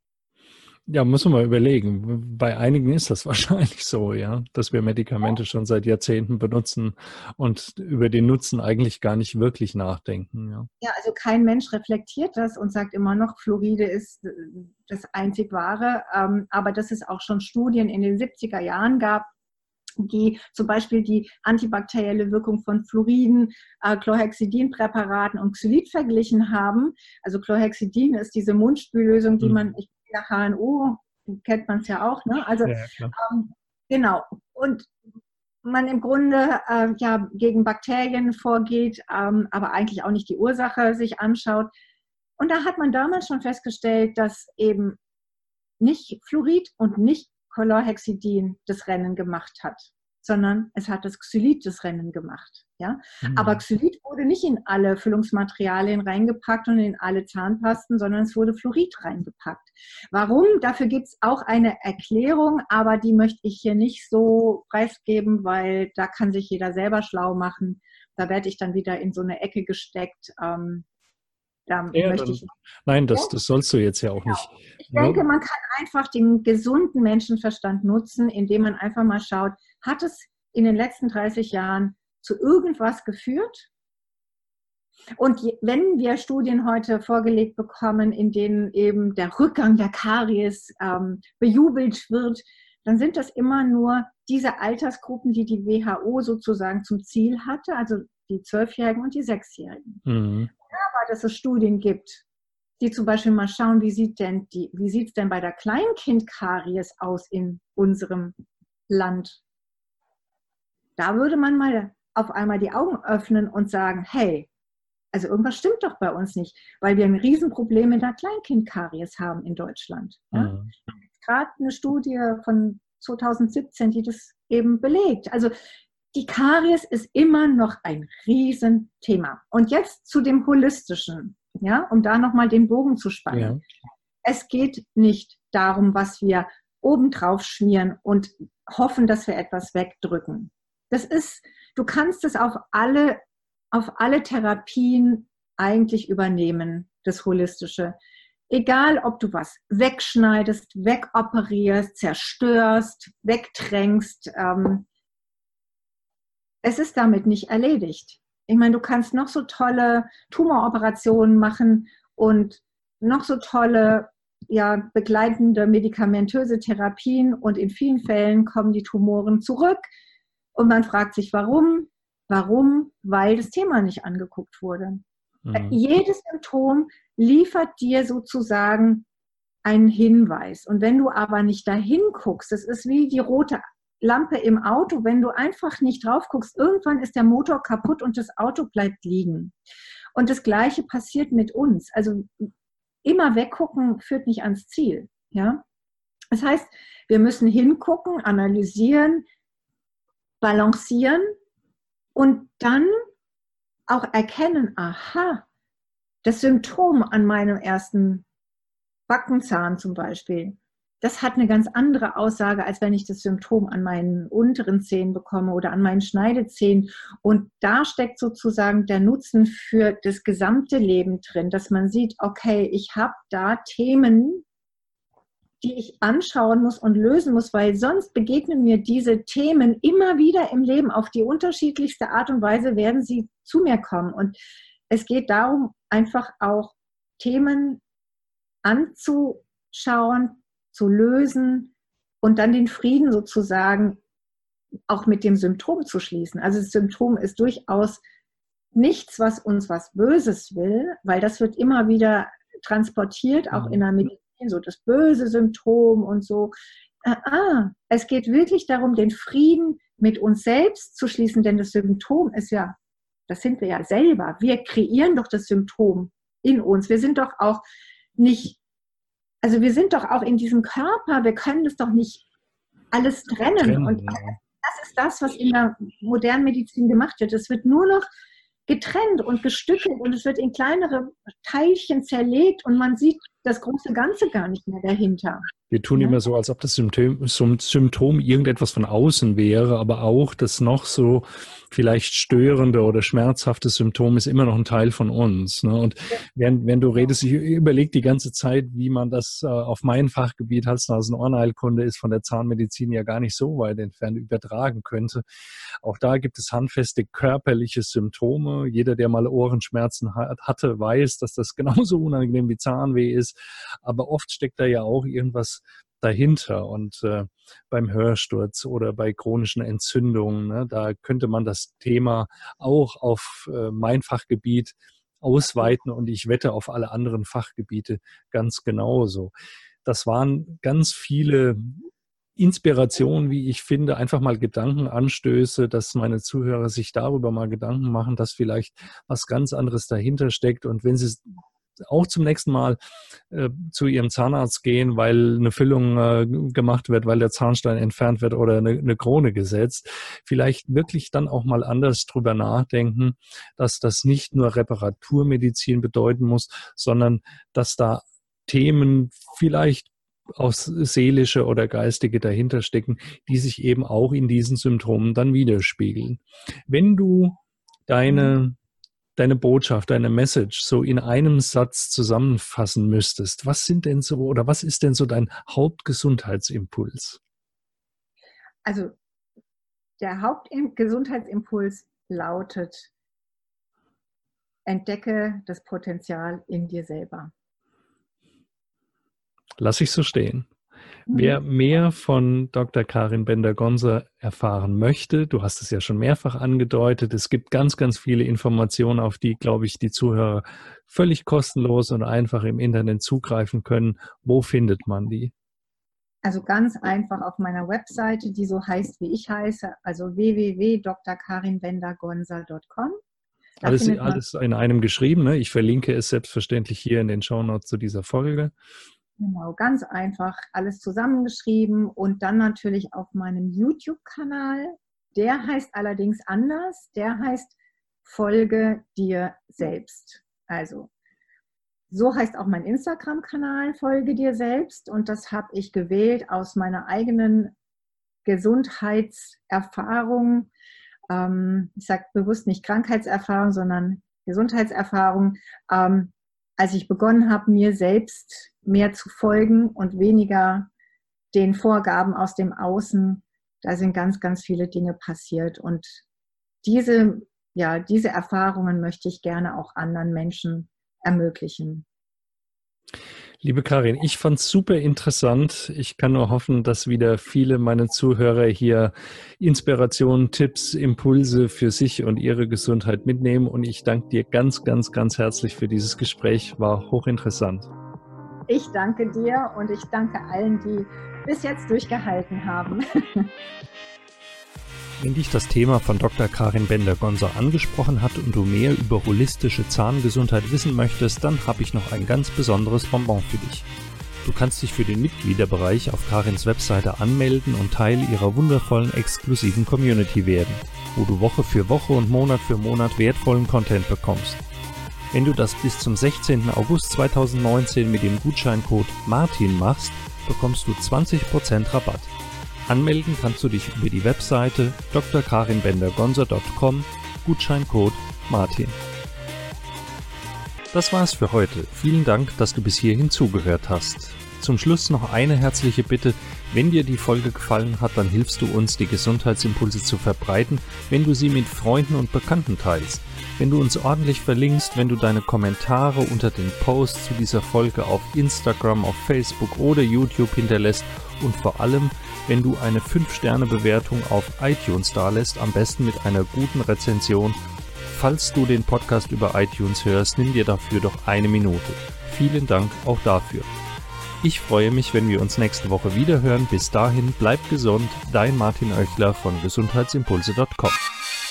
Ja, muss man mal überlegen. Bei einigen ist das wahrscheinlich so, ja, dass wir Medikamente schon seit Jahrzehnten benutzen und über den Nutzen eigentlich gar nicht wirklich nachdenken. Ja, ja, also kein Mensch reflektiert das und sagt immer noch, Fluoride ist das einzig Wahre. Aber dass es auch schon Studien in den siebziger Jahren gab, die zum Beispiel die antibakterielle Wirkung von Fluoriden, äh, Chlorhexidin-Präparaten und Xylit verglichen haben. Also Chlorhexidin ist diese Mundspüllösung, die man, ich der H N O, kennt man es ja auch, ne? Also ja, klar. Ähm, genau. Und man im Grunde äh, ja gegen Bakterien vorgeht, ähm, aber eigentlich auch nicht die Ursache sich anschaut. Und da hat man damals schon festgestellt, dass eben nicht Fluorid und nicht Chlorhexidin das Rennen gemacht hat, sondern es hat das Xylit das Rennen gemacht. Ja? Mhm. Aber Xylit wurde nicht in alle Füllungsmaterialien reingepackt und in alle Zahnpasten, sondern es wurde Fluorid reingepackt. Warum? Dafür gibt es auch eine Erklärung, aber die möchte ich hier nicht so preisgeben, weil da kann sich jeder selber schlau machen. Da werde ich dann wieder in so eine Ecke gesteckt. Ähm, da ja, möchte dann, ich nein, das, das sollst du jetzt ja auch genau. nicht. Ich denke, man kann einfach den gesunden Menschenverstand nutzen, indem man einfach mal schaut, hat es in den letzten dreißig Jahren zu irgendwas geführt? Und je, wenn wir Studien heute vorgelegt bekommen, in denen eben der Rückgang der Karies ähm, bejubelt wird, dann sind das immer nur diese Altersgruppen, die die W H O sozusagen zum Ziel hatte, also die Zwölfjährigen und die Sechsjährigen. Mhm. Aber dass es Studien gibt, die zum Beispiel mal schauen, wie sieht denn die, wie sieht es denn bei der Kleinkindkaries aus in unserem Land? Da würde man mal auf einmal die Augen öffnen und sagen, hey, also irgendwas stimmt doch bei uns nicht, weil wir ein Riesenproblem mit der Kleinkindkaries haben in Deutschland. Ja? Mhm. Gerade eine Studie von zweitausendsiebzehn, die das eben belegt. Also die Karies ist immer noch ein Riesenthema. Und jetzt zu dem Holistischen, ja, um da nochmal den Bogen zu spannen. Ja. Es geht nicht darum, was wir obendrauf schmieren und hoffen, dass wir etwas wegdrücken. Das ist, du kannst es auf alle, auf alle Therapien eigentlich übernehmen, das Holistische. Egal, ob du was wegschneidest, wegoperierst, zerstörst, wegdrängst, ähm, es ist damit nicht erledigt. Ich meine, du kannst noch so tolle Tumoroperationen machen und noch so tolle, ja, begleitende medikamentöse Therapien und in vielen Fällen kommen die Tumoren zurück und man fragt sich, warum? Warum? Weil das Thema nicht angeguckt wurde. Mhm. Jedes Symptom liefert dir sozusagen einen Hinweis. Und wenn du aber nicht dahin guckst, das ist wie die rote Lampe im Auto, wenn du einfach nicht drauf guckst, irgendwann ist der Motor kaputt und das Auto bleibt liegen. Und das Gleiche passiert mit uns. Also immer weggucken führt nicht ans Ziel. Ja? Das heißt, wir müssen hingucken, analysieren, balancieren und dann auch erkennen, aha, das Symptom an meinem ersten Backenzahn zum Beispiel, das hat eine ganz andere Aussage, als wenn ich das Symptom an meinen unteren Zähnen bekomme oder an meinen Schneidezähnen. Und da steckt sozusagen der Nutzen für das gesamte Leben drin, dass man sieht, okay, ich habe da Themen, die ich anschauen muss und lösen muss, weil sonst begegnen mir diese Themen immer wieder im Leben. Auf die unterschiedlichste Art und Weise werden sie zu mir kommen. Und es geht darum, einfach auch Themen anzuschauen, zu lösen und dann den Frieden sozusagen auch mit dem Symptom zu schließen. Also das Symptom ist durchaus nichts, was uns was Böses will, weil das wird immer wieder transportiert, auch in der Medizin, so das böse Symptom und so. Ah, es geht wirklich darum, den Frieden mit uns selbst zu schließen, denn das Symptom ist ja, das sind wir ja selber. Wir kreieren doch das Symptom in uns. Wir sind doch auch nicht Also wir sind doch auch in diesem Körper, wir können das doch nicht alles trennen. trennen und das ist das, was in der modernen Medizin gemacht wird. Es wird nur noch getrennt und gestückelt und es wird in kleinere Teilchen zerlegt und man sieht das große Ganze gar nicht mehr dahinter. Wir tun ja. immer so, als ob das Symptom, Symptom irgendetwas von außen wäre, aber auch das noch so vielleicht störende oder schmerzhafte Symptom ist immer noch ein Teil von uns. Ne? Und während, wenn du redest, ich überlege die ganze Zeit, wie man das äh, auf mein Fachgebiet Hals-Nasen-Ohrenheilkunde ist von der Zahnmedizin ja gar nicht so weit entfernt übertragen könnte. Auch da gibt es handfeste körperliche Symptome. Jeder, der mal Ohrenschmerzen hat, hatte, weiß, dass das genauso unangenehm wie Zahnweh ist. Aber oft steckt da ja auch irgendwas dahinter und äh, beim Hörsturz oder bei chronischen Entzündungen, ne, da könnte man das Thema auch auf äh, mein Fachgebiet ausweiten und ich wette auf alle anderen Fachgebiete ganz genauso. Das waren ganz viele Inspirationen, wie ich finde, einfach mal Gedankenanstöße, dass meine Zuhörer sich darüber mal Gedanken machen, dass vielleicht was ganz anderes dahinter steckt und wenn sie auch zum nächsten Mal äh, zu ihrem Zahnarzt gehen, weil eine Füllung äh, gemacht wird, weil der Zahnstein entfernt wird oder eine, eine Krone gesetzt, vielleicht wirklich dann auch mal anders drüber nachdenken, dass das nicht nur Reparaturmedizin bedeuten muss, sondern dass da Themen vielleicht aus seelische oder geistige dahinter stecken, die sich eben auch in diesen Symptomen dann widerspiegeln. Wenn du deine, deine Botschaft, deine Message so in einem Satz zusammenfassen müsstest, was sind denn so oder was ist denn so dein Hauptgesundheitsimpuls? Also der Hauptgesundheitsimpuls lautet: Entdecke das Potenzial in dir selber. Lass ich so stehen. Mhm. Wer mehr von Doktor Karin Bender-Gonser erfahren möchte, du hast es ja schon mehrfach angedeutet, es gibt ganz, ganz viele Informationen, auf die, glaube ich, die Zuhörer völlig kostenlos und einfach im Internet zugreifen können. Wo findet man die? Also ganz einfach auf meiner Webseite, die so heißt, wie ich heiße, also w w w punkt d r karin bender gonser punkt com. Alles, alles in einem geschrieben, ne? Ich verlinke es selbstverständlich hier in den Shownotes zu dieser Folge. Genau, ganz einfach, alles zusammengeschrieben und dann natürlich auf meinem YouTube-Kanal. Der heißt allerdings anders, der heißt Folge dir selbst. Also so heißt auch mein Instagram-Kanal, Folge dir selbst, und das habe ich gewählt aus meiner eigenen Gesundheitserfahrung. Ähm, ich sage bewusst nicht Krankheitserfahrung, sondern Gesundheitserfahrung. Ähm, als ich begonnen habe, mir selbst mehr zu folgen und weniger den Vorgaben aus dem Außen, da sind ganz, ganz viele Dinge passiert. Und diese, ja, diese Erfahrungen möchte ich gerne auch anderen Menschen ermöglichen. Liebe Karin, ich fand es super interessant. Ich kann nur hoffen, dass wieder viele meiner Zuhörer hier Inspirationen, Tipps, Impulse für sich und ihre Gesundheit mitnehmen. Und ich danke dir ganz, ganz, ganz herzlich für dieses Gespräch. War hochinteressant. Ich danke dir und ich danke allen, die bis jetzt durchgehalten haben. Wenn dich das Thema von Doktor Karin Bender-Gonser angesprochen hat und du mehr über holistische Zahngesundheit wissen möchtest, dann habe ich noch ein ganz besonderes Bonbon für dich. Du kannst dich für den Mitgliederbereich auf Karins Webseite anmelden und Teil ihrer wundervollen exklusiven Community werden, wo du Woche für Woche und Monat für Monat wertvollen Content bekommst. Wenn du das bis zum sechzehnten August zweitausendneunzehn mit dem Gutscheincode Martin machst, bekommst du zwanzig Prozent Rabatt. Anmelden kannst du dich über die Webseite d r karin bender gonser punkt com, Gutscheincode Martin. Das war's für heute. Vielen Dank, dass du bis hierhin zugehört hast. Zum Schluss noch eine herzliche Bitte. Wenn dir die Folge gefallen hat, dann hilfst du uns, die Gesundheitsimpulse zu verbreiten, wenn du sie mit Freunden und Bekannten teilst. Wenn du uns ordentlich verlinkst, wenn du deine Kommentare unter den Posts zu dieser Folge auf Instagram, auf Facebook oder YouTube hinterlässt und vor allem, wenn du eine fünf Sterne Bewertung auf iTunes dalässt, am besten mit einer guten Rezension. Falls du den Podcast über iTunes hörst, nimm dir dafür doch eine Minute. Vielen Dank auch dafür. Ich freue mich, wenn wir uns nächste Woche wieder hören. Bis dahin, bleib gesund, dein Martin Oechler von gesundheitsimpulse punkt com.